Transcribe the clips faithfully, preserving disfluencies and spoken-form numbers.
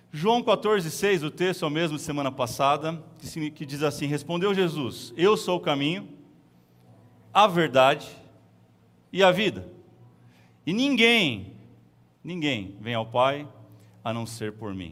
João quatorze, seis, o texto é o mesmo de semana passada, que diz assim: respondeu Jesus, eu sou o caminho, a verdade e a vida. E ninguém, ninguém vem ao Pai a não ser por mim.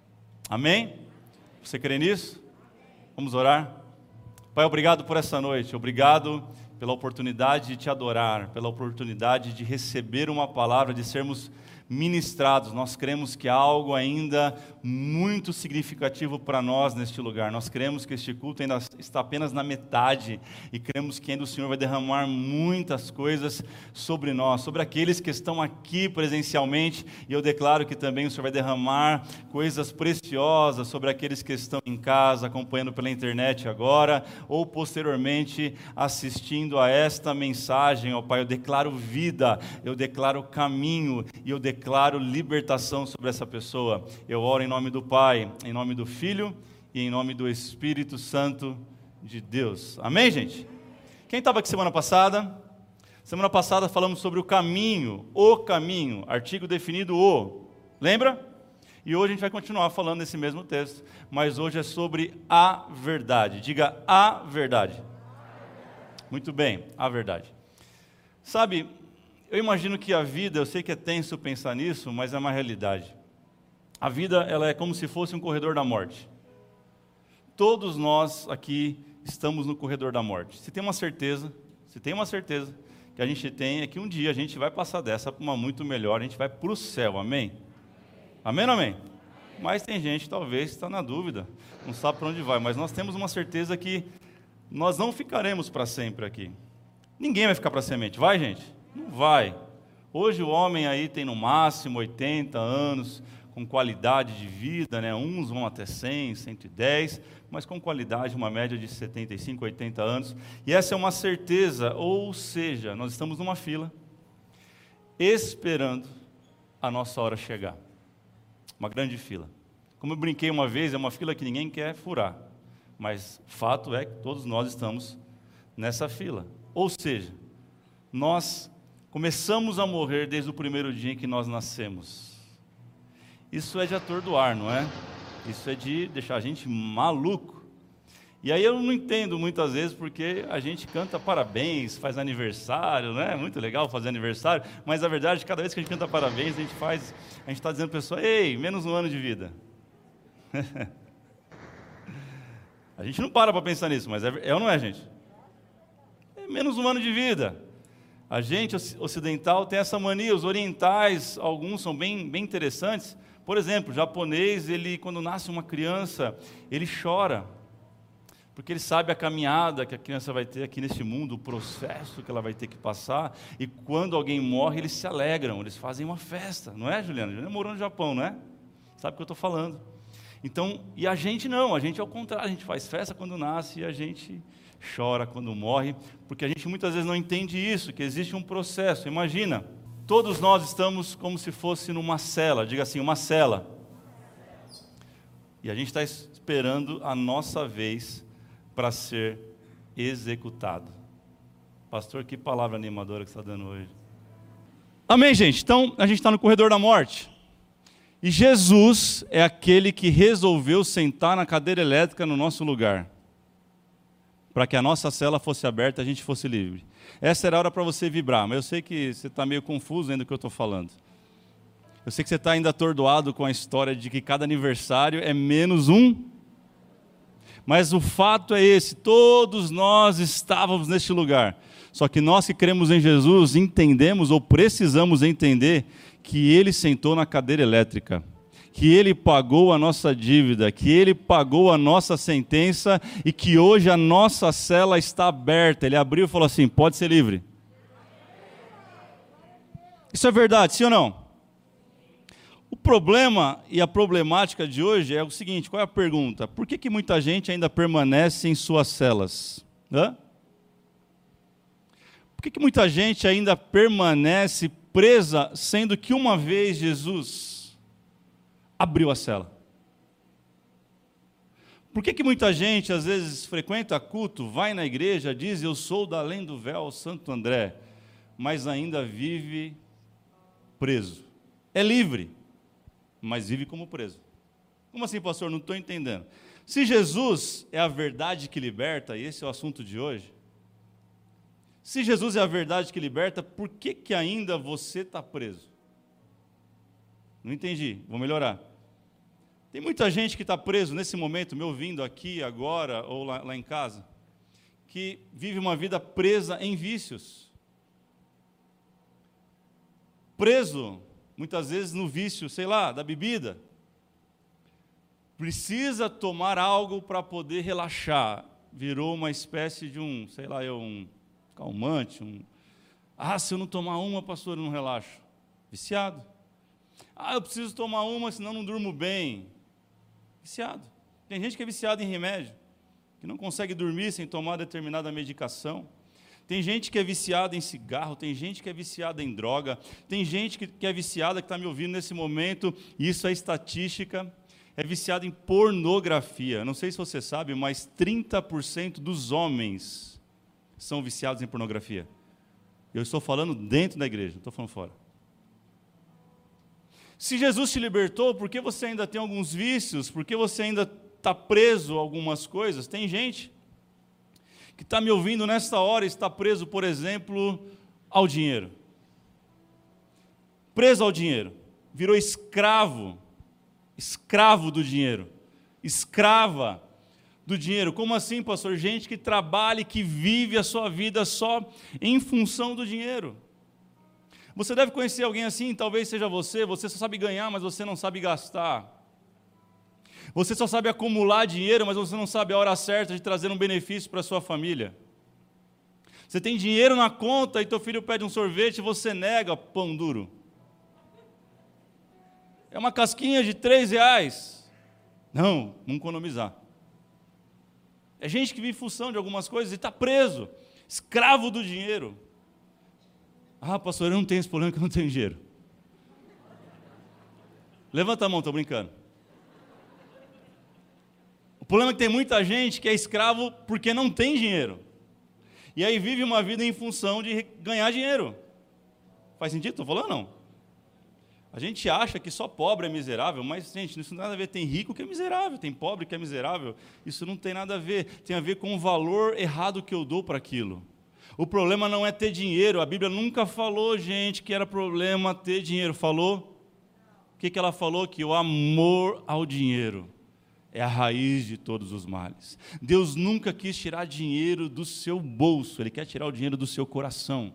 Amém? Você crê nisso? Vamos orar? Pai, obrigado por essa noite, obrigado pela oportunidade de te adorar, pela oportunidade de receber uma palavra, de sermos ministrados. Nós cremos que há algo ainda muito significativo para nós neste lugar. Nós cremos que este culto ainda está apenas na metade e cremos que ainda o Senhor vai derramar muitas coisas sobre nós, sobre aqueles que estão aqui presencialmente, e eu declaro que também o Senhor vai derramar coisas preciosas sobre aqueles que estão em casa, acompanhando pela internet agora, ou posteriormente assistindo a esta mensagem. Ó Pai, eu declaro vida, eu declaro caminho e eu declaro Declaro libertação sobre essa pessoa. Eu oro em nome do Pai, em nome do Filho e em nome do Espírito Santo de Deus. Amém, gente? Quem estava aqui semana passada? Semana passada falamos sobre o caminho, o caminho, artigo definido o. Lembra? E hoje a gente vai continuar falando nesse mesmo texto, mas hoje é sobre a verdade. Diga a verdade. Muito bem, a verdade. Sabe, eu imagino que a vida, eu sei que é tenso pensar nisso, mas é uma realidade. A vida, ela é como se fosse um corredor da morte. Todos nós aqui estamos no corredor da morte. Se tem uma certeza, se tem uma certeza que a gente tem, é que um dia a gente vai passar dessa para uma muito melhor, a gente vai para o céu, amém? Amém ou amém? Mas tem gente, talvez, que está na dúvida, não sabe para onde vai, mas nós temos uma certeza que nós não ficaremos para sempre aqui. Ninguém vai ficar para semente, vai, gente? Não vai. Hoje o homem aí tem no máximo oitenta anos, com qualidade de vida, né? Uns vão até cem, cento e dez, mas com qualidade, uma média de setenta e cinco, oitenta anos. E essa é uma certeza, ou seja, nós estamos numa fila, esperando a nossa hora chegar. Uma grande fila. Como eu brinquei uma vez, é uma fila que ninguém quer furar, mas fato é que todos nós estamos nessa fila. Ou seja, nós começamos a morrer desde o primeiro dia em que nós nascemos. Isso é de atordoar, não é? Isso é de deixar a gente maluco. E aí eu não entendo muitas vezes porque a gente canta parabéns, faz aniversário, né? Muito legal fazer aniversário, mas a verdade, cada vez que a gente canta parabéns, a gente faz, a gente está dizendo para a pessoa, ei, menos um ano de vida. A gente não para para pensar nisso, mas é, é ou não é, gente? É menos um ano de vida. A gente ocidental tem essa mania, os orientais, alguns são bem, bem interessantes. Por exemplo, o japonês, ele, quando nasce uma criança, ele chora, porque ele sabe a caminhada que a criança vai ter aqui neste mundo, o processo que ela vai ter que passar, e quando alguém morre, eles se alegram, eles fazem uma festa, não é, Juliana? Juliana morou no Japão, não é? Sabe o que eu estou falando? Então, e a gente não, a gente é o contrário, a gente faz festa quando nasce e a gente chora quando morre, porque a gente muitas vezes não entende isso, que existe um processo. Imagina, todos nós estamos como se fosse numa cela, diga assim, uma cela, e a gente está esperando a nossa vez para ser executado. Pastor, que palavra animadora que você está dando hoje. Amém, gente? Então, a gente está no corredor da morte, e Jesus é aquele que resolveu sentar na cadeira elétrica no nosso lugar, para que a nossa cela fosse aberta e a gente fosse livre. Essa era a hora para você vibrar, mas eu sei que você está meio confuso ainda do que eu estou falando. Eu sei que você está ainda atordoado com a história de que cada aniversário é menos um. Mas o fato é esse, todos nós estávamos neste lugar. Só que nós que cremos em Jesus, entendemos ou precisamos entender que Ele sentou na cadeira elétrica, que Ele pagou a nossa dívida, que Ele pagou a nossa sentença e que hoje a nossa cela está aberta. Ele abriu e falou assim, pode ser livre. Isso é verdade, sim ou não? O problema e a problemática de hoje é o seguinte, qual é a pergunta? Por que que muita gente ainda permanece em suas celas? Hã? Por que que muita gente ainda permanece presa, sendo que uma vez Jesus abriu a cela? Por que que muita gente, às vezes, frequenta culto, vai na igreja, diz, eu sou da além do véu, Santo André, mas ainda vive preso? É livre, mas vive como preso. Como assim, pastor? Não estou entendendo. Se Jesus é a verdade que liberta, e esse é o assunto de hoje, se Jesus é a verdade que liberta, por que, que ainda você está preso? Não entendi, vou melhorar. Tem muita gente que está preso nesse momento, me ouvindo aqui, agora, ou lá, lá em casa, que vive uma vida presa em vícios. Preso, muitas vezes, no vício, sei lá, da bebida. Precisa tomar algo para poder relaxar. Virou uma espécie de um, sei lá, eu, um calmante, um... Ah, se eu não tomar uma, pastor, eu não relaxo. Viciado. Ah, eu preciso tomar uma, senão não durmo bem. Viciado. Tem gente que é viciada em remédio, que não consegue dormir sem tomar determinada medicação. Tem gente que é viciada em cigarro, tem gente que é viciada em droga, tem gente que, que é viciada, que está me ouvindo nesse momento, e isso é estatística, é viciada em pornografia. Não sei se você sabe, mas trinta por cento dos homens são viciados em pornografia. Eu estou falando dentro da igreja, não estou falando fora. Se Jesus te libertou, por que você ainda tem alguns vícios? Por que você ainda está preso a algumas coisas? Tem gente que está me ouvindo nesta hora e está preso, por exemplo, ao dinheiro. Preso ao dinheiro. Virou escravo. Escravo do dinheiro. Escrava do dinheiro. Como assim, pastor? Gente que trabalha e que vive a sua vida só em função do dinheiro. Você deve conhecer alguém assim, talvez seja você, você só sabe ganhar, mas você não sabe gastar. Você só sabe acumular dinheiro, mas você não sabe a hora certa de trazer um benefício para a sua família. Você tem dinheiro na conta e teu filho pede um sorvete e você nega, pão duro. É uma casquinha de três reais. Não, vamos economizar. É gente que vive em função de algumas coisas e está preso, escravo do dinheiro. Ah, pastor, eu não tenho esse problema que eu não tenho dinheiro. Levanta a mão, estou brincando. O problema é que tem muita gente que é escravo porque não tem dinheiro. E aí vive uma vida em função de ganhar dinheiro. Faz sentido? Estou falando não? A gente acha que só pobre é miserável, mas, gente, isso não tem nada a ver. Tem rico que é miserável, tem pobre que é miserável. Isso não tem nada a ver. Tem a ver com o valor errado que eu dou para aquilo. O problema não é ter dinheiro. A Bíblia nunca falou, gente, que era problema ter dinheiro. Falou? O que, que ela falou? Que o amor ao dinheiro é a raiz de todos os males. Deus nunca quis tirar dinheiro do seu bolso. Ele quer tirar o dinheiro do seu coração.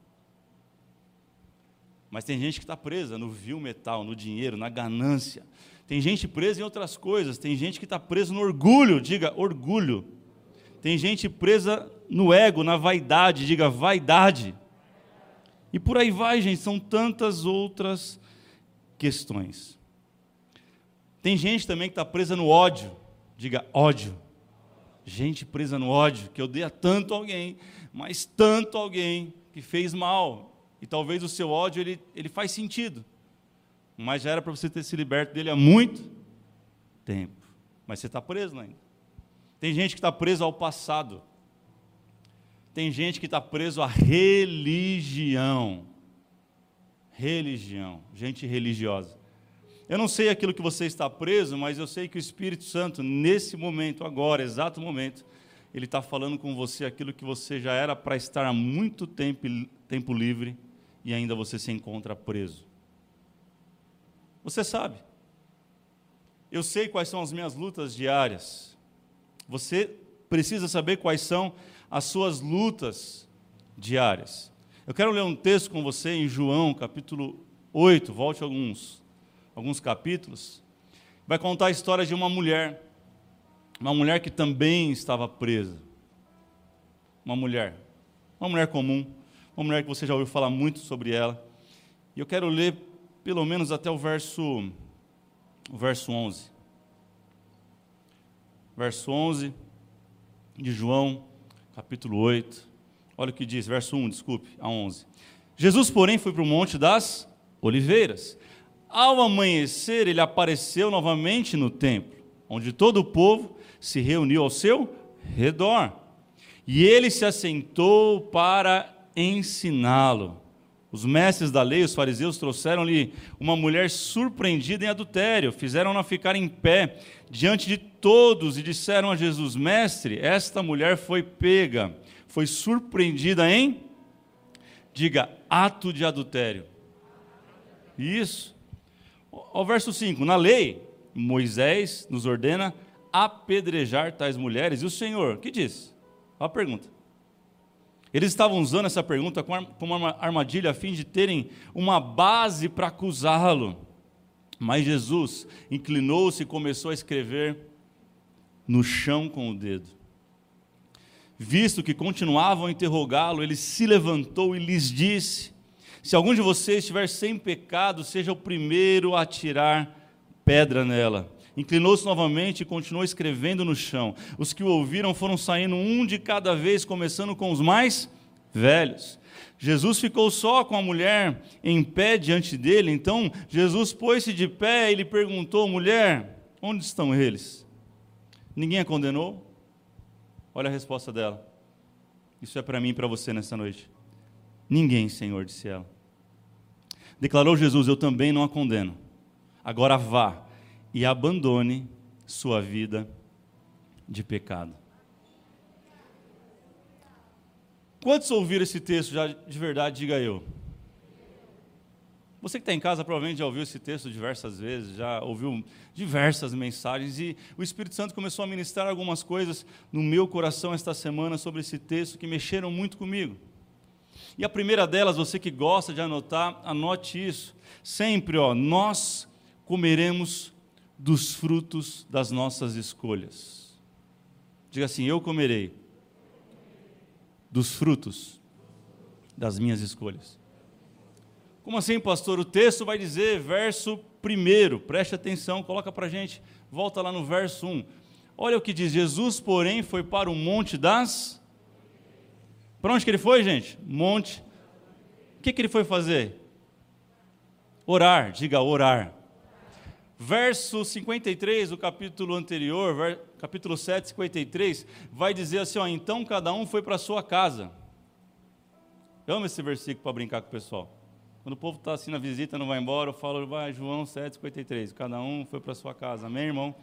Mas tem gente que está presa no vil metal, no dinheiro, na ganância. Tem gente presa em outras coisas. Tem gente que está presa no orgulho. Diga, orgulho. Tem gente presa no ego, na vaidade, diga vaidade. E por aí vai, gente, são tantas outras questões. Tem gente também que está presa no ódio, diga ódio. Gente presa no ódio, que odeia tanto alguém, mas tanto alguém que fez mal. E talvez o seu ódio, ele, ele faz sentido. Mas já era para você ter se liberto dele há muito tempo. Mas você está preso ainda. Tem gente que está preso ao passado. Tem gente que está preso à religião. Religião. Gente religiosa. Eu não sei aquilo que você está preso, mas eu sei que o Espírito Santo, nesse momento, agora, exato momento, ele está falando com você aquilo que você já era para estar há muito tempo, tempo livre e ainda você se encontra preso. Você sabe. Eu sei quais são as minhas lutas diárias. Você precisa saber quais são as suas lutas diárias. Eu quero ler um texto com você em João, capítulo oito, volte alguns, alguns capítulos. Vai contar a história de uma mulher, uma mulher que também estava presa. Uma mulher, uma mulher comum, uma mulher que você já ouviu falar muito sobre ela. E eu quero ler pelo menos até o verso, o verso onze. Verso onze de João, capítulo oito. Olha o que diz, verso um, desculpe, a onze. Jesus, porém, foi para o Monte das Oliveiras. Ao amanhecer, ele apareceu novamente no templo, onde todo o povo se reuniu ao seu redor. E ele se assentou para ensiná-lo. Os mestres da lei, os fariseus, trouxeram-lhe uma mulher surpreendida em adultério, fizeram-na ficar em pé diante de todos e disseram a Jesus: Mestre, esta mulher foi pega, foi surpreendida em, diga, ato de adultério. Isso. Ao verso cinco, na lei, Moisés nos ordena apedrejar tais mulheres. E o Senhor, o que diz? Olha a pergunta. Eles estavam usando essa pergunta como uma armadilha a fim de terem uma base para acusá-lo. Mas Jesus inclinou-se e começou a escrever no chão com o dedo. Visto que continuavam a interrogá-lo, ele se levantou e lhes disse: se algum de vocês estiver sem pecado, seja o primeiro a atirar pedra nela. Inclinou-se novamente e continuou escrevendo no chão. Os que o ouviram foram saindo um de cada vez, começando com os mais velhos. Jesus ficou só com a mulher em pé diante dele. Então Jesus pôs-se de pé e lhe perguntou: mulher, onde estão eles? Ninguém a condenou? Olha a resposta dela. Isso é para mim e para você nessa noite. Ninguém, Senhor, disse ela. Declarou Jesus: eu também não a condeno. Agora vá e abandone sua vida de pecado. Quantos ouviram esse texto já de verdade? Diga eu. Você que está em casa provavelmente já ouviu esse texto diversas vezes, já ouviu diversas mensagens, e o Espírito Santo começou a ministrar algumas coisas no meu coração esta semana sobre esse texto que mexeram muito comigo. E a primeira delas, você que gosta de anotar, anote isso. Sempre, ó, nós comeremos dos frutos das nossas escolhas. Diga assim: eu comerei dos frutos das minhas escolhas. Como assim, pastor? O texto vai dizer, verso primeiro, preste atenção, coloca para a gente, volta lá no verso um. Olha o que diz: Jesus, porém, foi para o monte das... Para onde que ele foi, gente? Monte. O que que ele foi fazer? Orar, diga orar. Verso cinquenta e três, do capítulo anterior, ver, capítulo sete, cinquenta e três, vai dizer assim, ó, então cada um foi para a sua casa. Eu amo esse versículo para brincar com o pessoal. Quando o povo está assim na visita, não vai embora, eu falo, vai, João sete, cinquenta e três, cada um foi para a sua casa. Amém, irmão?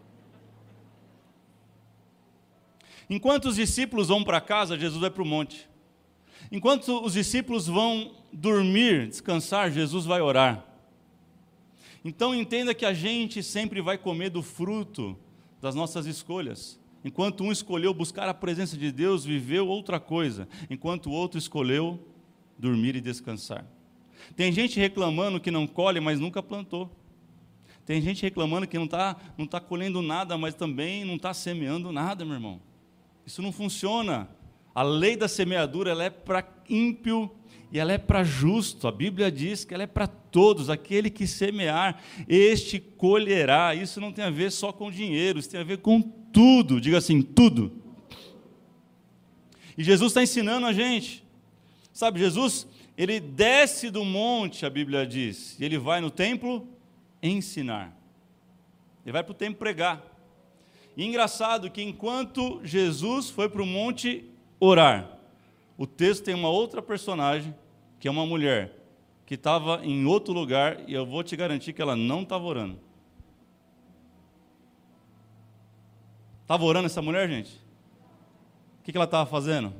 Enquanto os discípulos vão para casa, Jesus vai para o monte. Enquanto os discípulos vão dormir, descansar, Jesus vai orar. Então entenda que a gente sempre vai comer do fruto das nossas escolhas. Enquanto um escolheu buscar a presença de Deus, viveu outra coisa. Enquanto o outro escolheu dormir e descansar. Tem gente reclamando que não colhe, mas nunca plantou. Tem gente reclamando que não está não tá colhendo nada, mas também não está semeando nada, meu irmão. Isso não funciona. A lei da semeadura, ela é para ímpio e ela é para justo. A Bíblia diz que ela é para todos. Aquele que semear, este colherá. Isso não tem a ver só com dinheiro, isso tem a ver com tudo. Diga assim, tudo. E Jesus está ensinando a gente. Sabe, Jesus, ele desce do monte, a Bíblia diz, e ele vai no templo ensinar. Ele vai para o templo pregar. E engraçado que enquanto Jesus foi para o monte orar, o texto tem uma outra personagem, que é uma mulher, que estava em outro lugar, e eu vou te garantir que ela não estava orando. Estava orando essa mulher, gente? O que ela estava fazendo?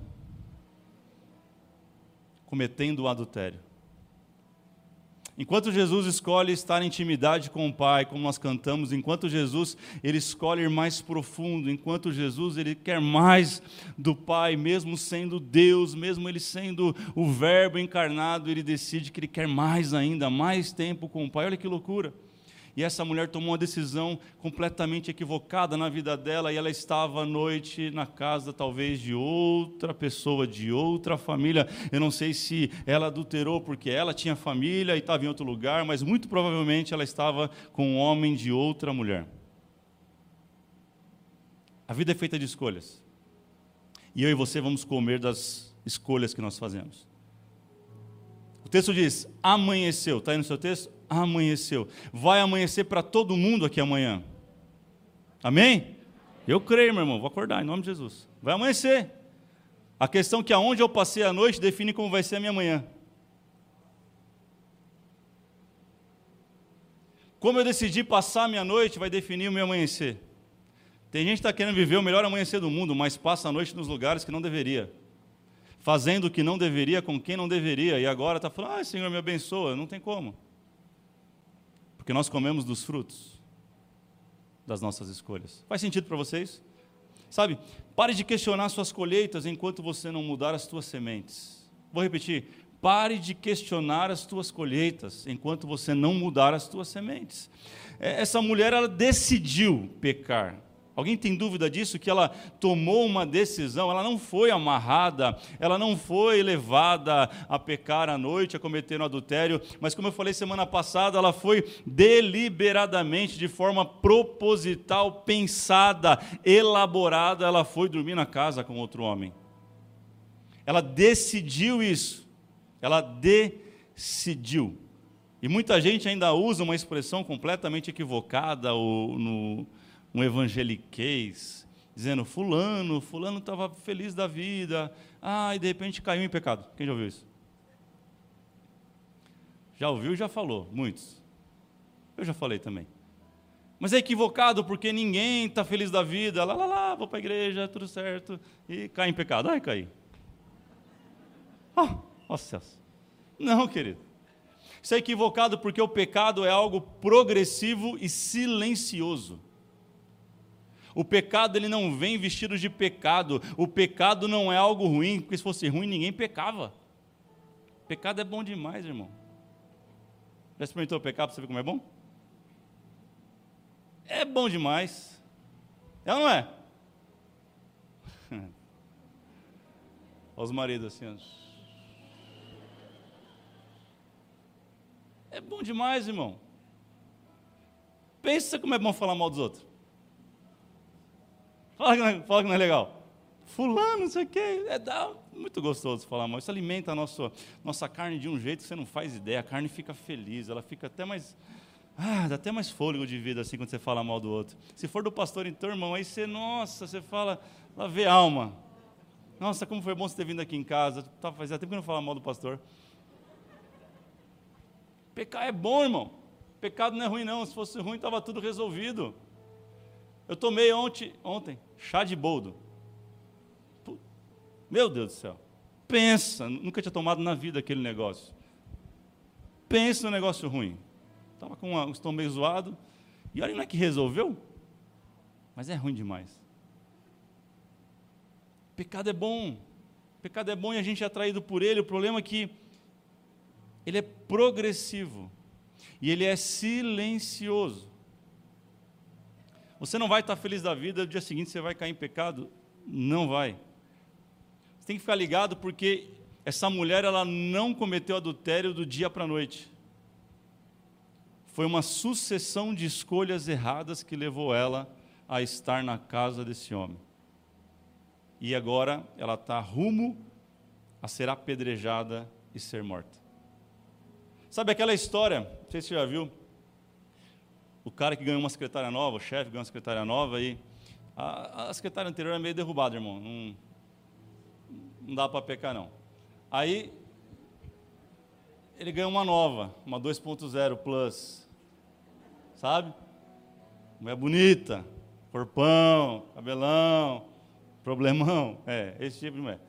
Cometendo o adultério. Enquanto Jesus escolhe estar em intimidade com o Pai, como nós cantamos, enquanto Jesus, ele escolhe ir mais profundo, enquanto Jesus, ele quer mais do Pai, mesmo sendo Deus, mesmo ele sendo o Verbo encarnado, ele decide que ele quer mais ainda, mais tempo com o Pai. Olha que loucura. E essa mulher tomou uma decisão completamente equivocada na vida dela, e ela estava à noite na casa, talvez, de outra pessoa, de outra família. Eu não sei se ela adulterou porque ela tinha família e estava em outro lugar, mas muito provavelmente ela estava com um homem de outra mulher. A vida é feita de escolhas. E eu e você vamos comer das escolhas que nós fazemos. O texto diz, amanheceu. Está aí no seu texto? Amanheceu. Vai amanhecer para todo mundo aqui amanhã. Amém? Eu creio, meu irmão. Vou acordar em nome de Jesus. Vai amanhecer. A questão é que aonde eu passei a noite define como vai ser a minha manhã. Como eu decidi passar a minha noite vai definir o meu amanhecer. Tem gente que está querendo viver o melhor amanhecer do mundo, mas passa a noite nos lugares que não deveria, fazendo o que não deveria com quem não deveria, e agora está falando, ah, Senhor, me abençoa. Não tem como. Porque nós comemos dos frutos das nossas escolhas. Faz sentido para vocês? Sabe, pare de questionar suas colheitas enquanto você não mudar as tuas sementes. Vou repetir, pare de questionar as tuas colheitas enquanto você não mudar as tuas sementes. Essa mulher, ela decidiu pecar. Alguém tem dúvida disso? Que ela tomou uma decisão, ela não foi amarrada, ela não foi levada a pecar à noite, a cometer um adultério, mas como eu falei semana passada, ela foi deliberadamente, de forma proposital, pensada, elaborada, ela foi dormir na casa com outro homem. Ela decidiu isso, ela decidiu. E muita gente ainda usa uma expressão completamente equivocada, ou no... um evangeliquez, dizendo, fulano, fulano estava feliz da vida, ah, e de repente caiu em pecado. Quem já ouviu isso? Já ouviu e já falou, muitos. Eu já falei também. Mas é equivocado porque ninguém está feliz da vida, lá, lá, lá, vou para a igreja, tudo certo, e cai em pecado. Ai, caí. Ah, nossa, não, querido. Isso é equivocado porque o pecado é algo progressivo e silencioso. O pecado, ele não vem vestido de pecado. O pecado não é algo ruim, porque se fosse ruim, ninguém pecava. Pecado é bom demais, irmão. Já experimentou pecar para você ver como é bom? É bom demais. É ou não é? Olha os maridos assim. Ó. É bom demais, irmão. Pensa como é bom falar mal dos outros. Fala que, não é, fala que não é legal. Fulano, não sei o quê. É dá, muito gostoso falar mal. Isso alimenta a nossa, nossa carne de um jeito que você não faz ideia. A carne fica feliz, ela fica até mais... Ah, dá até mais fôlego de vida assim quando você fala mal do outro. Se for do pastor, então, irmão, aí você, nossa, você fala, lá vê alma. Nossa, como foi bom você ter vindo aqui em casa. Tá, fazia tempo que eu não falava mal do pastor. Pecar é bom, irmão. Pecado não é ruim, não. Se fosse ruim, estava tudo resolvido. Eu tomei ontem, ontem chá de boldo. Meu Deus do céu. Pensa, nunca tinha tomado na vida aquele negócio. Pensa no negócio ruim. Estava com um estômago meio zoado. E olha, não é que resolveu, mas é ruim demais. Pecado é bom. Pecado é bom e a gente é atraído por ele. O problema é que ele é progressivo. E ele é silencioso. Você não vai estar feliz da vida, no dia seguinte você vai cair em pecado? Não vai. Você tem que ficar ligado porque essa mulher, ela não cometeu adultério do dia para a noite. Foi uma sucessão de escolhas erradas que levou ela a estar na casa desse homem. E agora ela está rumo a ser apedrejada e ser morta. Sabe aquela história, não sei se você já viu, o cara que ganhou uma secretária nova, o chefe ganhou uma secretária nova, e a, a secretária anterior é meio derrubada, irmão, não, não dá para pecar não. Aí, ele ganhou uma nova, uma dois ponto zero Plus, sabe? Mulher bonita, corpão, cabelão, problemão, é, esse tipo de mulher.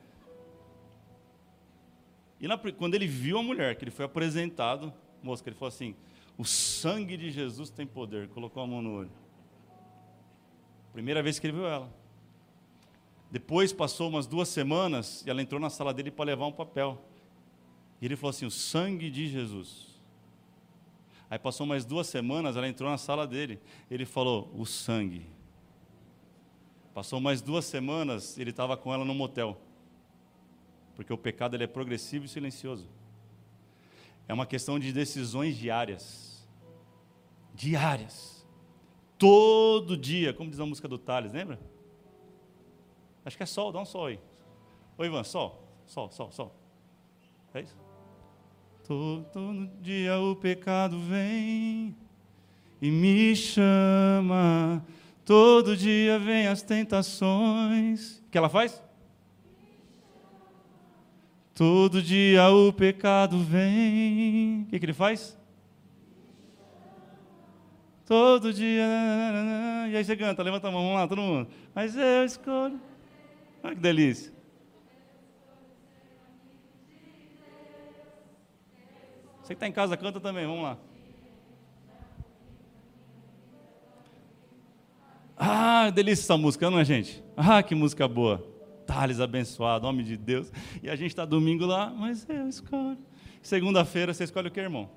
E na, quando ele viu a mulher, que ele foi apresentado, moço, que ele falou assim, o sangue de Jesus tem poder, colocou a mão no olho. Primeira vez que ele viu ela. Depois passou umas duas semanas, e ela entrou na sala dele para levar um papel. E ele falou assim, o sangue de Jesus. Aí passou mais duas semanas, ela entrou na sala dele, ele falou, o sangue. Passou mais duas semanas, ele estava com ela no motel. Porque o pecado ele é progressivo e silencioso. É uma questão de decisões diárias. Diárias. Todo dia, como diz a música do Thales, lembra? Acho que é sol, dá um sol aí. Ô Ivan, sol, sol, sol, sol. É isso? Todo, todo dia o pecado vem e me chama. Todo dia vem as tentações. O que ela faz? Todo dia o pecado vem. O que, que ele faz? todo dia. E aí você canta, levanta a mão, vamos lá, todo mundo. Mas eu escolho. Olha que delícia. Você que está em casa, canta também, vamos lá. Ah, delícia essa música, não é, gente? Ah, que música boa. Thales abençoado, homem de Deus. E a gente está domingo lá, mas eu escolho. Segunda-feira você escolhe o que, irmão?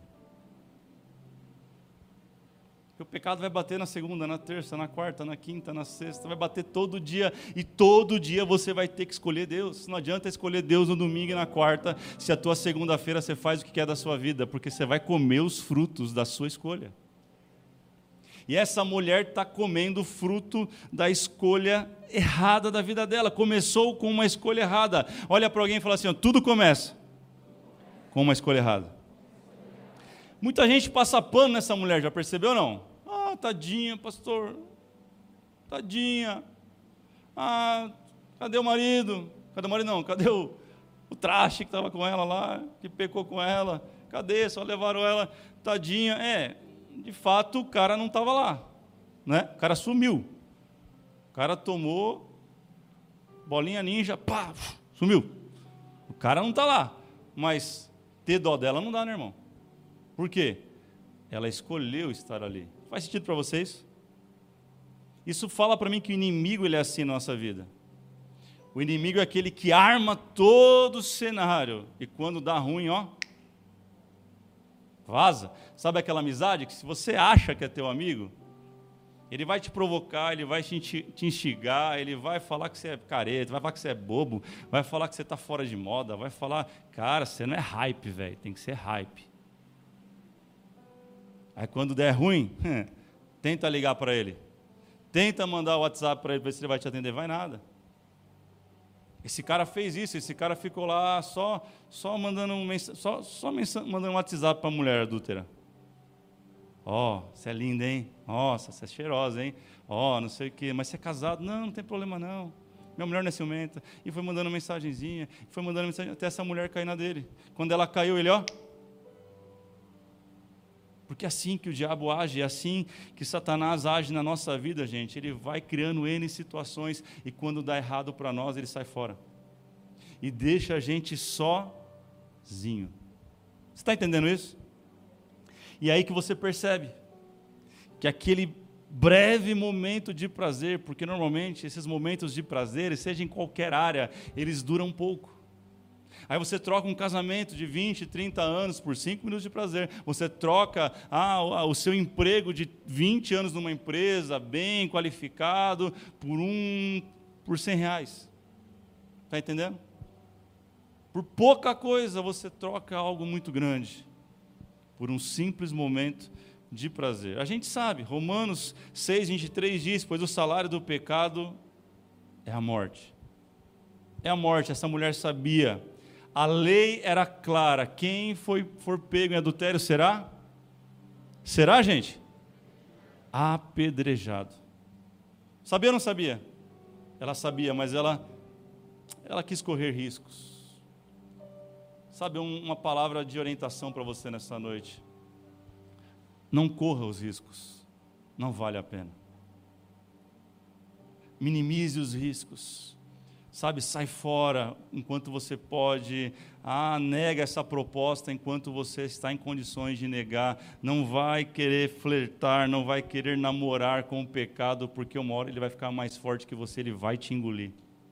Porque o pecado vai bater na segunda, na terça, na quarta, na quinta, na sexta, vai bater todo dia, e todo dia você vai ter que escolher Deus. Não adianta escolher Deus no domingo e na quarta, se a tua segunda-feira você faz o que quer da sua vida, porque você vai comer os frutos da sua escolha. E essa mulher está comendo o fruto da escolha errada da vida dela. Começou com uma escolha errada. Olha para alguém e fala assim, ó, tudo começa com uma escolha errada. Muita gente passa pano nessa mulher, já percebeu ou não? Ah, tadinha, pastor. Tadinha. Ah, cadê o marido? Cadê o marido não? Cadê o, o traste que estava com ela lá, que pecou com ela? Cadê? Só levaram ela, tadinha. É... De fato, o cara não estava lá, né? O cara sumiu. O cara tomou bolinha ninja, pá, sumiu. O cara não está lá, mas ter dó dela não dá, né, irmão? Por quê? Ela escolheu estar ali. Faz sentido para vocês? Isso fala para mim que o inimigo ele é assim na nossa vida. O inimigo é aquele que arma todo o cenário e quando dá ruim, ó, vaza. Sabe aquela amizade que se você acha que é teu amigo, ele vai te provocar, ele vai te instigar, ele vai falar que você é careta, vai falar que você é bobo, vai falar que você está fora de moda, vai falar, cara, você não é hype, velho, tem que ser hype. Aí quando der ruim, tenta ligar para ele, tenta mandar o WhatsApp para ele, ver se ele vai te atender, vai nada. Esse cara fez isso, esse cara ficou lá só, só mandando um mensagem, só, só mandando um WhatsApp para a mulher adúltera. Ó, oh, você é linda, hein? Nossa, você é cheirosa, hein? Ó, oh, não sei o quê, mas você é casado? Não, não tem problema não. Minha mulher não é ciumenta. E foi mandando mensagenzinha, foi mandando mensagem, até essa mulher cair na dele. Quando ela caiu, ele, ó. Porque é assim que o diabo age, é assim que Satanás age na nossa vida, gente. Ele vai criando N situações e quando dá errado para nós, ele sai fora. E deixa a gente sozinho. Você está entendendo isso? E aí que você percebe que aquele breve momento de prazer, porque normalmente esses momentos de prazer, seja em qualquer área, eles duram pouco. Aí você troca um casamento de vinte, trinta anos por cinco minutos de prazer. Você troca ah, o seu emprego de vinte anos numa empresa, bem qualificado, por um, por cem reais. Está entendendo? Por pouca coisa você troca algo muito grande, por um simples momento de prazer. A gente sabe, Romanos seis, vinte e três diz, pois o salário do pecado é a morte. É a morte, essa mulher sabia. A lei era clara, quem foi, for pego em adultério será? Será, gente? Apedrejado. Sabia ou não sabia? Ela sabia, mas ela, ela quis correr riscos. Sabe uma palavra de orientação para você nessa noite? Não corra os riscos, não vale a pena. Minimize os riscos. Sabe, sai fora enquanto você pode, ah, nega essa proposta enquanto você está em condições de negar, não vai querer flertar, não vai querer namorar com o pecado, porque uma hora ele vai ficar mais forte que você, ele vai te engolir.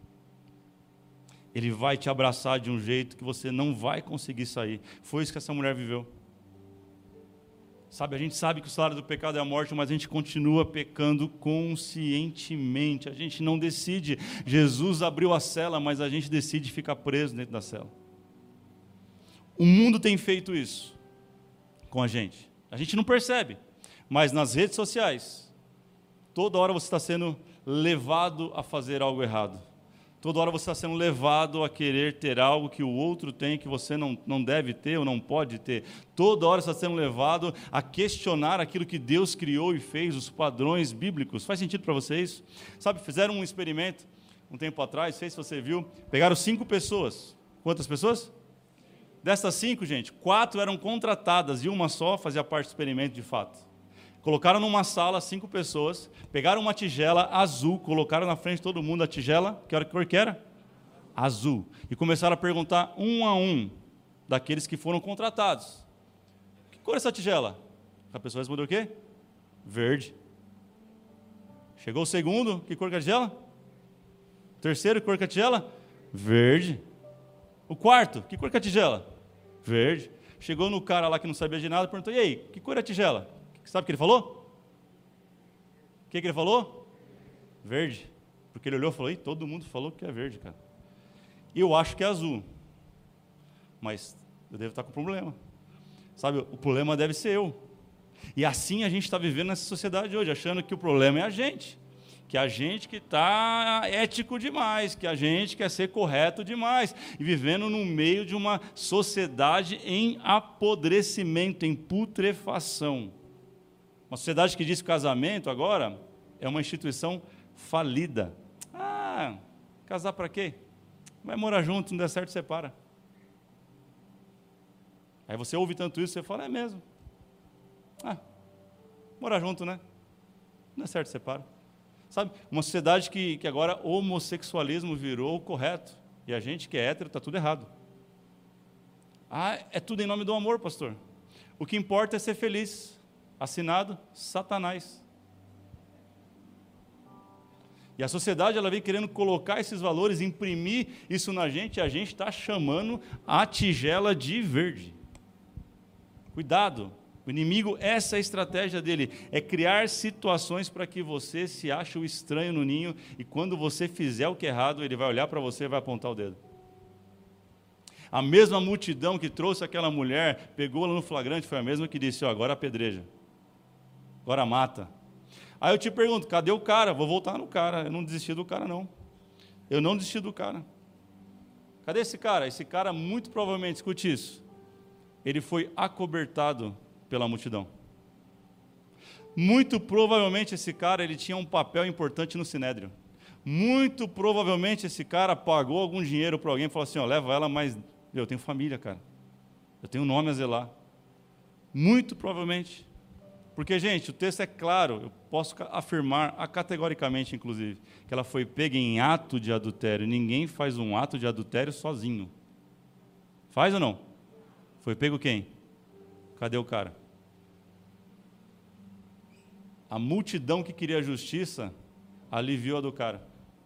Ele vai te abraçar de um jeito que você não vai conseguir sair. Foi isso que essa mulher viveu. Sabe, a gente sabe que o salário do pecado é a morte, mas a gente continua pecando conscientemente. A gente não decide. Jesus abriu a cela, mas a gente decide ficar preso dentro da cela. O mundo tem feito isso com a gente. A gente não percebe, mas nas redes sociais, toda hora você está sendo levado a fazer algo errado. Toda hora você está sendo levado a querer ter algo que o outro tem, que você não, não deve ter ou não pode ter. Toda hora você está sendo levado a questionar aquilo que Deus criou e fez, os padrões bíblicos. Faz sentido para vocês? Sabe, fizeram um experimento um tempo atrás, não sei se você viu, pegaram cinco pessoas. Quantas pessoas? Dessas cinco, gente, quatro eram contratadas e uma só fazia parte do experimento de fato. Colocaram numa sala cinco pessoas, pegaram uma tigela azul, colocaram na frente de todo mundo a tigela, que hora que cor que era? Azul. E começaram a perguntar um a um daqueles que foram contratados. Que cor é essa tigela? A pessoa respondeu o quê? Verde. Chegou o segundo, que cor que é a tigela? O terceiro, que cor que é a tigela? Verde. O quarto, que cor que é a tigela? Verde. Chegou no cara lá que não sabia de nada, perguntou, e aí, que cor é a tigela? Sabe o que ele falou? O que, que ele falou? Verde. Porque ele olhou e falou, e todo mundo falou que é verde, cara. E eu acho que é azul. Mas eu devo estar com problema. Sabe, o problema deve ser eu. E assim a gente está vivendo nessa sociedade hoje, achando que o problema é a gente. Que a gente que está ético demais, que a gente quer ser correto demais. E vivendo no meio de uma sociedade em apodrecimento, em putrefação. Uma sociedade que diz que o casamento agora é uma instituição falida. Ah, casar para quê? Vai morar junto, não der certo, separa. Aí você ouve tanto isso, você fala, é mesmo. Ah, morar junto, né? Não é certo, separa. Sabe, uma sociedade que, que agora o homossexualismo virou o correto. E a gente que é hétero está tudo errado. Ah, é tudo em nome do amor, pastor. O que importa é ser feliz. Assinado, Satanás. E a sociedade ela vem querendo colocar esses valores, imprimir isso na gente, e a gente está chamando a tigela de verde. Cuidado, o inimigo, essa é a estratégia dele, é criar situações para que você se ache o estranho no ninho, e quando você fizer o que é errado, ele vai olhar para você e vai apontar o dedo. A mesma multidão que trouxe aquela mulher, pegou ela no flagrante, foi a mesma que disse, ó, agora apedreja, agora mata. Aí eu te pergunto, cadê o cara? Vou voltar no cara, eu não desisti do cara não, eu não desisti do cara. Cadê esse cara? Esse cara muito provavelmente, escute isso, ele foi acobertado pela multidão. Muito provavelmente esse cara ele tinha um papel importante no Sinédrio. Muito provavelmente esse cara pagou algum dinheiro para alguém e falou assim, ó, leva ela, mas eu tenho família, cara. Eu tenho um nome a zelar. Muito provavelmente. Porque, gente, o texto é claro, eu posso afirmar, categoricamente, inclusive, que ela foi pega em ato de adultério. Ninguém faz um ato de adultério sozinho. Faz ou não? Foi pego quem? Cadê o cara? A multidão que queria justiça aliviou a do cara.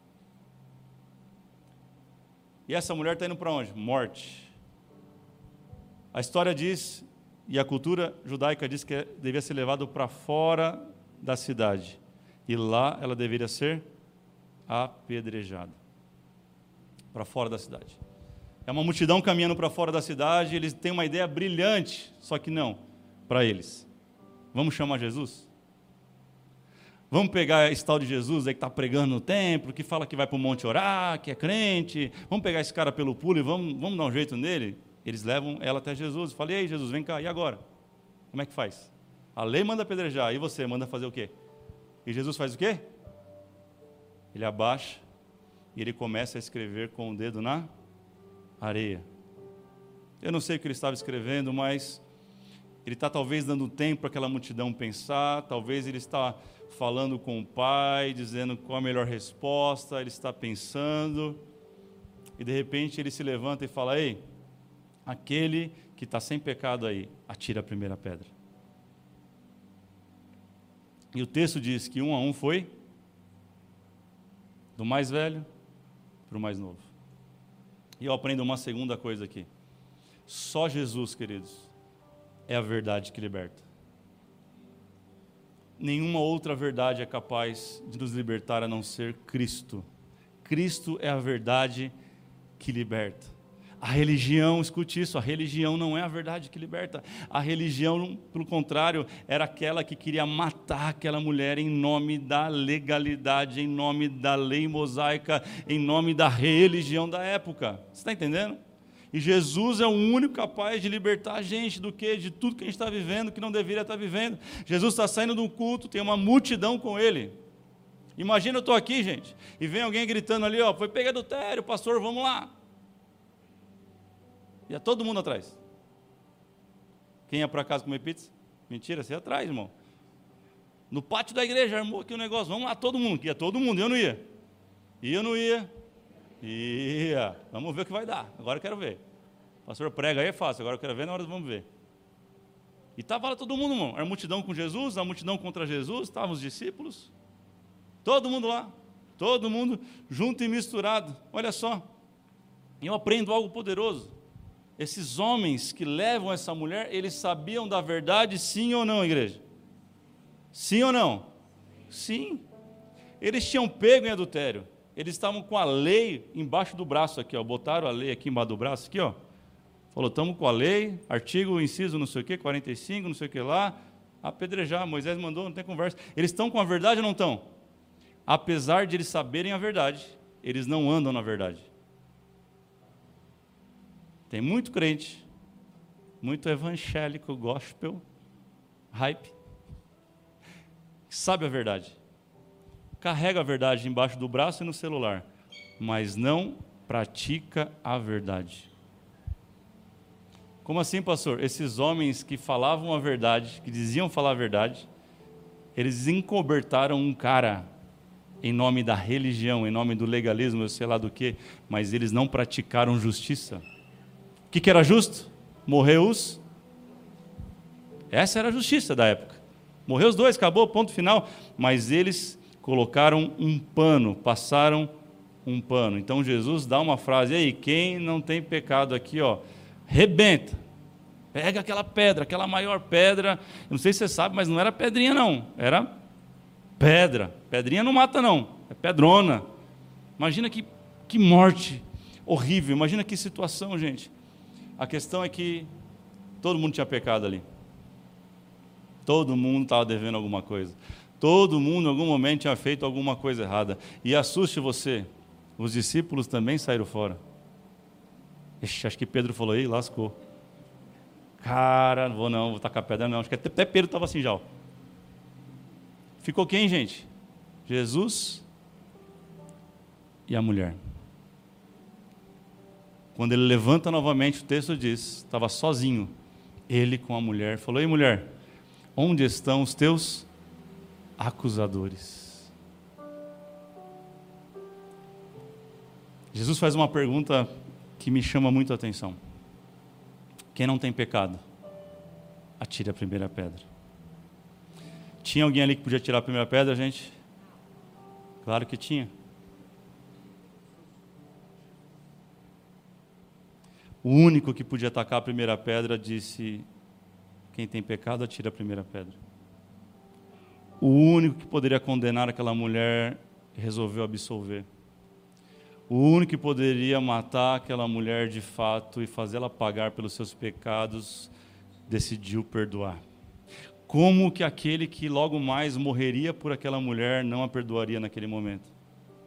E essa mulher está indo para onde? Morte. A história diz, e a cultura judaica diz que devia ser levado para fora da cidade. E lá ela deveria ser apedrejada. Para fora da cidade. É uma multidão caminhando para fora da cidade, eles têm uma ideia brilhante, só que não, para eles. Vamos chamar Jesus? Vamos pegar esse tal de Jesus aí que está pregando no templo, que fala que vai para o monte orar, que é crente, vamos pegar esse cara pelo pulo e vamos, vamos dar um jeito nele? Eles levam ela até Jesus, falei, ei Jesus, vem cá, e agora? Como é que faz? A lei manda apedrejar, e você manda fazer o quê? E Jesus faz o quê? Ele abaixa, e ele começa a escrever com o dedo na areia. Eu não sei o que ele estava escrevendo, mas ele está talvez dando tempo para aquela multidão pensar, talvez ele está falando com o pai, dizendo qual a melhor resposta, ele está pensando, e de repente ele se levanta e fala, ei, aquele que está sem pecado aí, atira a primeira pedra. E o texto diz que um a um foi do mais velho para o mais novo. E eu aprendo uma segunda coisa aqui. Só Jesus, queridos, é a verdade que liberta. Nenhuma outra verdade é capaz de nos libertar a não ser Cristo. Cristo é a verdade que liberta. A religião, escute isso, a religião não é a verdade que liberta. A religião, pelo contrário, era aquela que queria matar aquela mulher em nome da legalidade, em nome da lei mosaica, em nome da religião da época. Você está entendendo? E Jesus é o único capaz de libertar a gente do quê? De tudo que a gente está vivendo, que não deveria estar vivendo. Jesus está saindo de um culto, tem uma multidão com ele. Imagina eu estou aqui, gente, e vem alguém gritando ali, ó, foi pego adultério, pastor, vamos lá. Ia todo mundo atrás. Quem ia para casa comer pizza? Mentira, você ia atrás, irmão. No pátio da igreja, armou aqui o negócio, vamos lá, todo mundo, ia todo mundo, eu não ia. E eu não ia. Ia. Vamos ver o que vai dar, agora eu quero ver. O pastor prega aí é fácil, agora eu quero ver, na hora vamos ver. E estava lá todo mundo, irmão, a multidão com Jesus, a multidão contra Jesus, estavam os discípulos, todo mundo lá, todo mundo junto e misturado. Olha só, eu aprendo algo poderoso. Esses homens que levam essa mulher, eles sabiam da verdade, sim ou não, igreja? Sim ou não? Sim. Eles tinham pego em adultério. Eles estavam com a lei embaixo do braço aqui, ó. Botaram a lei aqui embaixo do braço, aqui, ó. Falou, estamos com a lei, artigo, inciso, não sei o quê, quarenta e cinco, não sei o que lá. Apedrejar, Moisés mandou, não tem conversa. Eles estão com a verdade ou não estão? Apesar de eles saberem a verdade, eles não andam na verdade. Tem muito crente, muito evangélico, gospel, hype, que sabe a verdade, carrega a verdade embaixo do braço e no celular, mas não pratica a verdade. Como assim, pastor? Esses homens que falavam a verdade, que diziam falar a verdade, eles encobertaram um cara em nome da religião, em nome do legalismo, eu sei lá do que, mas eles não praticaram justiça. O que, que era justo? Morrer os... Essa era a justiça da época. Morreu os dois, acabou, ponto final. Mas eles colocaram um pano, passaram um pano. Então Jesus dá uma frase, e aí, quem não tem pecado aqui, ó, rebenta. Pega aquela pedra, aquela maior pedra. Eu não sei se você sabe, mas não era pedrinha não, era pedra. Pedrinha não mata não, é pedrona. Imagina que, que morte horrível, imagina que situação, gente. A questão é que todo mundo tinha pecado ali. Todo mundo estava devendo alguma coisa. Todo mundo, em algum momento, tinha feito alguma coisa errada. E assuste você, os discípulos também saíram fora. Ixi, acho que Pedro falou, ei, lascou. Cara, não vou não, vou tacar pedra não. Acho que até Pedro estava assim já. Ó. Ficou quem, gente? Jesus e a mulher. Quando ele levanta novamente, o texto diz, estava sozinho, ele com a mulher, falou, ei mulher, onde estão os teus acusadores? Jesus faz uma pergunta que me chama muito a atenção. Quem não tem pecado, atire a primeira pedra. Tinha alguém ali que podia tirar a primeira pedra, gente? Claro que tinha. O único que podia atacar a primeira pedra disse, quem tem pecado, atira a primeira pedra. O único que poderia condenar aquela mulher resolveu absolver. O único que poderia matar aquela mulher de fato e fazê-la pagar pelos seus pecados, decidiu perdoar. Como que aquele que logo mais morreria por aquela mulher não a perdoaria naquele momento?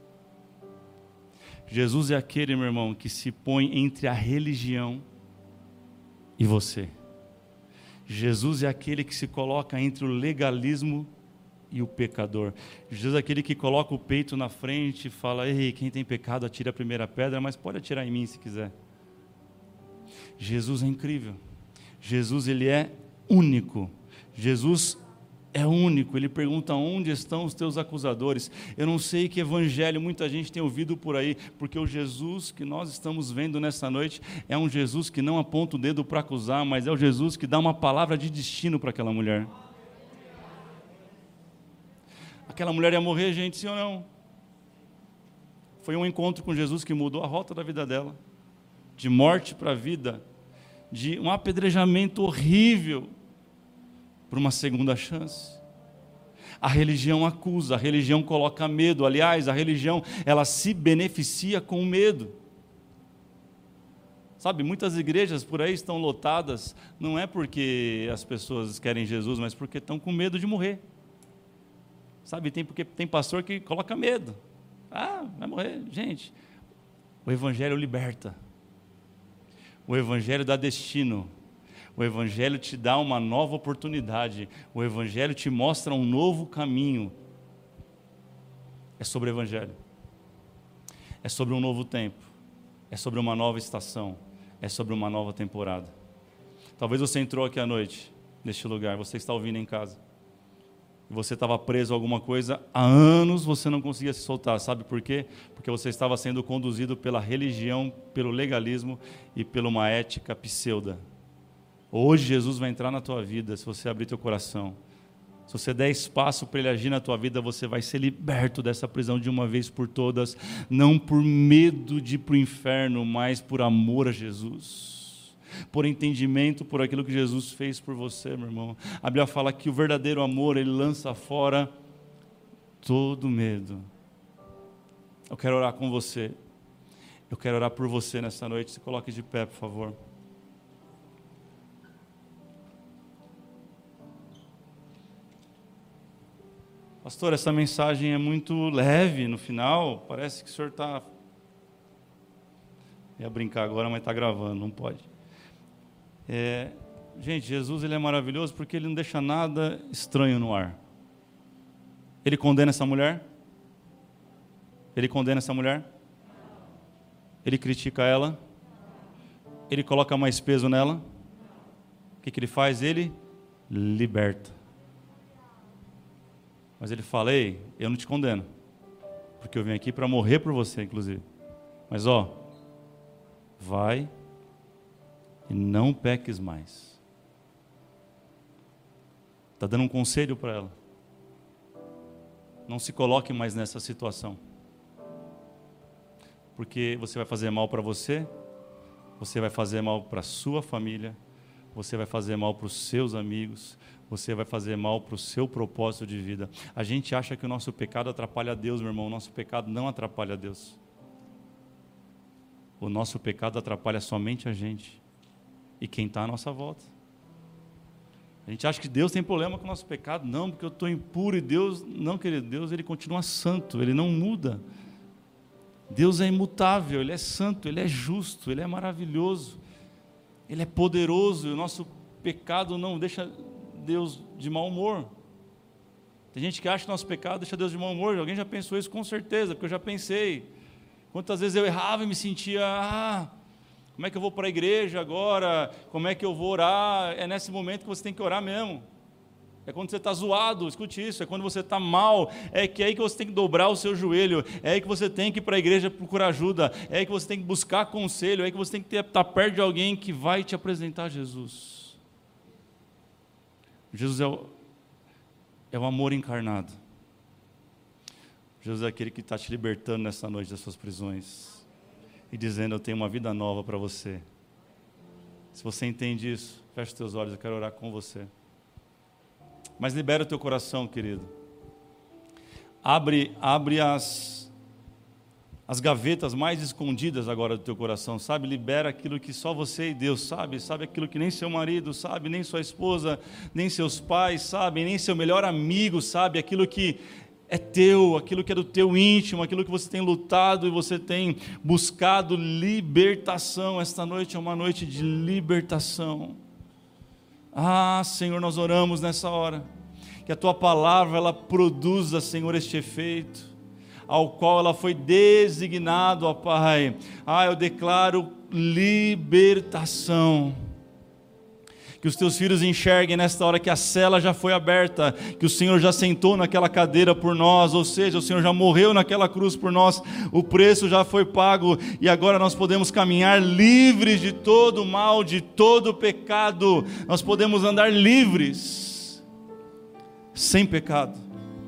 Jesus é aquele, meu irmão, que se põe entre a religião e você. Jesus é aquele que se coloca entre o legalismo e o pecador. Jesus é aquele que coloca o peito na frente e fala, ei, quem tem pecado atira a primeira pedra, mas pode atirar em mim se quiser. Jesus é incrível. Jesus, ele é único. Jesus é único. Ele pergunta, onde estão os teus acusadores? Eu não sei que evangelho muita gente tem ouvido por aí, porque o Jesus que nós estamos vendo nessa noite é um Jesus que não aponta o dedo para acusar, mas é o Jesus que dá uma palavra de destino para aquela mulher. Aquela mulher ia morrer, gente, sim ou não? Foi um encontro com Jesus que mudou a rota da vida dela, de morte para vida, de um apedrejamento horrível para uma segunda chance. A religião acusa, a religião coloca medo. Aliás, a religião, ela se beneficia com o medo. Sabe, muitas igrejas por aí estão lotadas, não é porque as pessoas querem Jesus, mas porque estão com medo de morrer. Sabe, tem, porque tem pastor que coloca medo. Ah, vai morrer. Gente, o evangelho liberta. O evangelho dá destino. O evangelho te dá uma nova oportunidade. O evangelho te mostra um novo caminho. É sobre o evangelho. É sobre um novo tempo. É sobre uma nova estação. É sobre uma nova temporada. Talvez você entrou aqui à noite, neste lugar, você está ouvindo em casa. e você estava preso a alguma coisa, há anos você não conseguia se soltar. Sabe por quê? Porque você estava sendo conduzido pela religião, pelo legalismo e por uma ética pseuda. Hoje Jesus vai entrar na tua vida, se você abrir teu coração. Se você der espaço para Ele agir na tua vida, você vai ser liberto dessa prisão de uma vez por todas, não por medo de ir para o inferno, mas por amor a Jesus. Por entendimento por aquilo que Jesus fez por você, meu irmão. A Bíblia fala que o verdadeiro amor, ele lança fora todo medo. Eu quero orar com você. Eu quero orar por você nessa noite. Se coloque de pé, por favor. Pastor, essa mensagem é muito leve no final. Parece que o senhor está... Ia brincar agora, mas está gravando, não pode. É, gente, Jesus ele é maravilhoso porque Ele não deixa nada estranho no ar. Ele condena essa mulher? Ele condena essa mulher? Ele critica ela? Ele coloca mais peso nela? O que, que Ele faz? Ele liberta. Mas Ele fala, ei, eu não te condeno, porque eu vim aqui para morrer por você, inclusive. Mas ó, vai e não peques mais. Está dando um conselho para ela. Não se coloque mais nessa situação. Porque você vai fazer mal para você, você vai fazer mal para a sua família, você vai fazer mal para os seus amigos, você vai fazer mal para o seu propósito de vida. A gente acha que o nosso pecado atrapalha a Deus, meu irmão. O nosso pecado não atrapalha a Deus. O nosso pecado atrapalha somente a gente e quem está à nossa volta. A gente acha que Deus tem problema com o nosso pecado. Não, porque eu estou impuro e Deus... Não, querido, Deus ele continua santo, Ele não muda. Deus é imutável, Ele é santo, Ele é justo, Ele é maravilhoso, Ele é poderoso, e o nosso pecado não deixa Deus de mau humor. Tem gente que acha que o nosso pecado deixa Deus de mau humor. Alguém já pensou isso? Com certeza, porque eu já pensei. Quantas vezes eu errava e me sentia, ah, como é que eu vou para a igreja agora? Como é que eu vou orar? É nesse momento que você tem que orar mesmo. É quando você está zoado, escute isso, é quando você está mal, é que é aí que você tem que dobrar o seu joelho, é aí que você tem que ir para a igreja procurar ajuda, é aí que você tem que buscar conselho, é aí que você tem que estar perto de alguém que vai te apresentar Jesus. Jesus é o, é o amor encarnado. Jesus é aquele que está te libertando nessa noite das suas prisões e dizendo, eu tenho uma vida nova para você. Se você entende isso, feche os teus olhos, eu quero orar com você. Mas libera o teu coração, querido. Abre, abre as, as gavetas mais escondidas agora do teu coração, sabe? Libera aquilo que só você e Deus sabe, sabe? Aquilo que nem seu marido sabe, nem sua esposa, nem seus pais sabem, nem seu melhor amigo sabe, aquilo que é teu, aquilo que é do teu íntimo, aquilo que você tem lutado e você tem buscado libertação. Esta noite é uma noite de libertação. Ah, Senhor, nós oramos nessa hora, que a Tua palavra, ela produza, Senhor, este efeito, ao qual ela foi designado, ó Pai. Ah, eu declaro libertação. Que os Teus filhos enxerguem nesta hora que a cela já foi aberta, que o Senhor já sentou naquela cadeira por nós, ou seja, o Senhor já morreu naquela cruz por nós, o preço já foi pago, e agora nós podemos caminhar livres de todo mal, de todo pecado, nós podemos andar livres, sem pecado.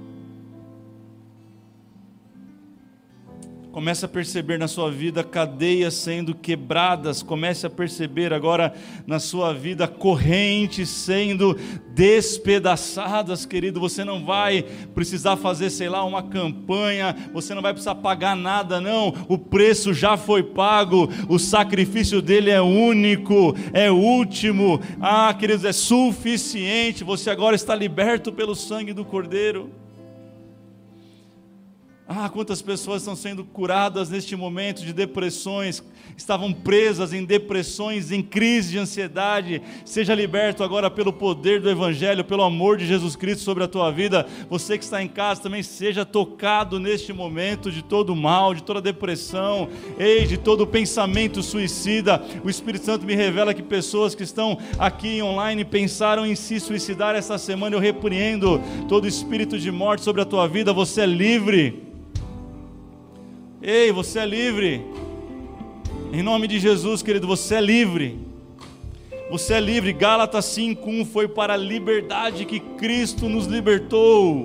Comece a perceber na sua vida cadeias sendo quebradas. Comece a perceber agora na sua vida correntes sendo despedaçadas, querido. Você não vai precisar fazer, sei lá, uma campanha. Você não vai precisar pagar nada, não. O preço já foi pago. O sacrifício dele é único, é último. Ah, queridos, é suficiente. Você agora está liberto pelo sangue do Cordeiro. Ah, quantas pessoas estão sendo curadas neste momento de depressões, estavam presas em depressões, em crise de ansiedade. Seja liberto agora pelo poder do Evangelho, pelo amor de Jesus Cristo sobre a tua vida. Você que está em casa também seja tocado neste momento de todo mal, de toda depressão, ei, de todo pensamento suicida. O Espírito Santo me revela que pessoas que estão aqui online pensaram em se suicidar essa semana. Eu repreendo todo espírito de morte sobre a tua vida. Você é livre. Ei, você é livre. Em nome de Jesus, querido, você é livre. Você é livre. Gálatas cinco um, foi para a liberdade que Cristo nos libertou.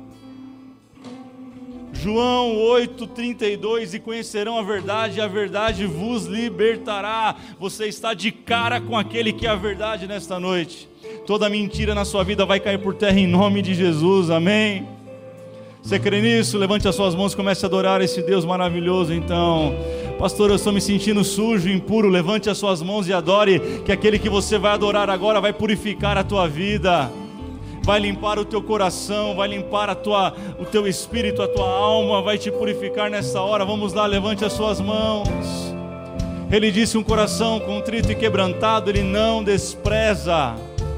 João oito trinta e dois, e conhecerão a verdade, e a verdade vos libertará. Você está de cara com aquele que é a verdade nesta noite. Toda mentira na sua vida vai cair por terra em nome de Jesus, amém? Você crê nisso? Levante as suas mãos e comece a adorar esse Deus maravilhoso. Então, pastor, eu estou me sentindo sujo, impuro. Levante as suas mãos e adore, que aquele que você vai adorar agora vai purificar a tua vida, vai limpar o teu coração, vai limpar a tua, o teu espírito, a tua alma, vai te purificar nessa hora. Vamos lá, levante as suas mãos. Ele disse: um coração contrito e quebrantado Ele não despreza.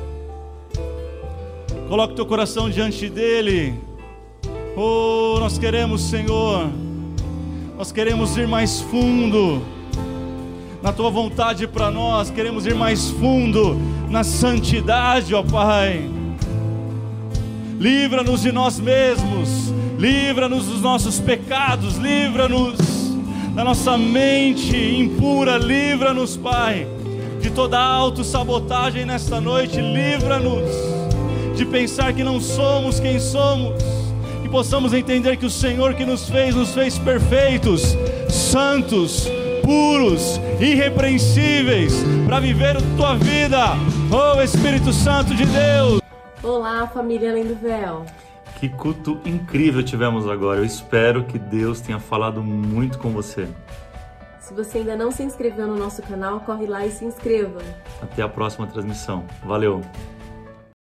Coloque teu coração diante dEle. Oh, nós queremos, Senhor, nós queremos ir mais fundo na Tua vontade para nós, queremos ir mais fundo na santidade, ó Pai. Livra-nos de nós mesmos, livra-nos dos nossos pecados, livra-nos da nossa mente impura, livra-nos, Pai, de toda autossabotagem nesta noite, livra-nos de pensar que não somos quem somos, que possamos entender que o Senhor que nos fez, nos fez perfeitos, santos, puros, irrepreensíveis, para viver a Tua vida, oh Espírito Santo de Deus. Olá, família Além do Véu. Que culto incrível tivemos agora. Eu espero que Deus tenha falado muito com você. Se você ainda não se inscreveu no nosso canal, corre lá e se inscreva. Até a próxima transmissão. Valeu!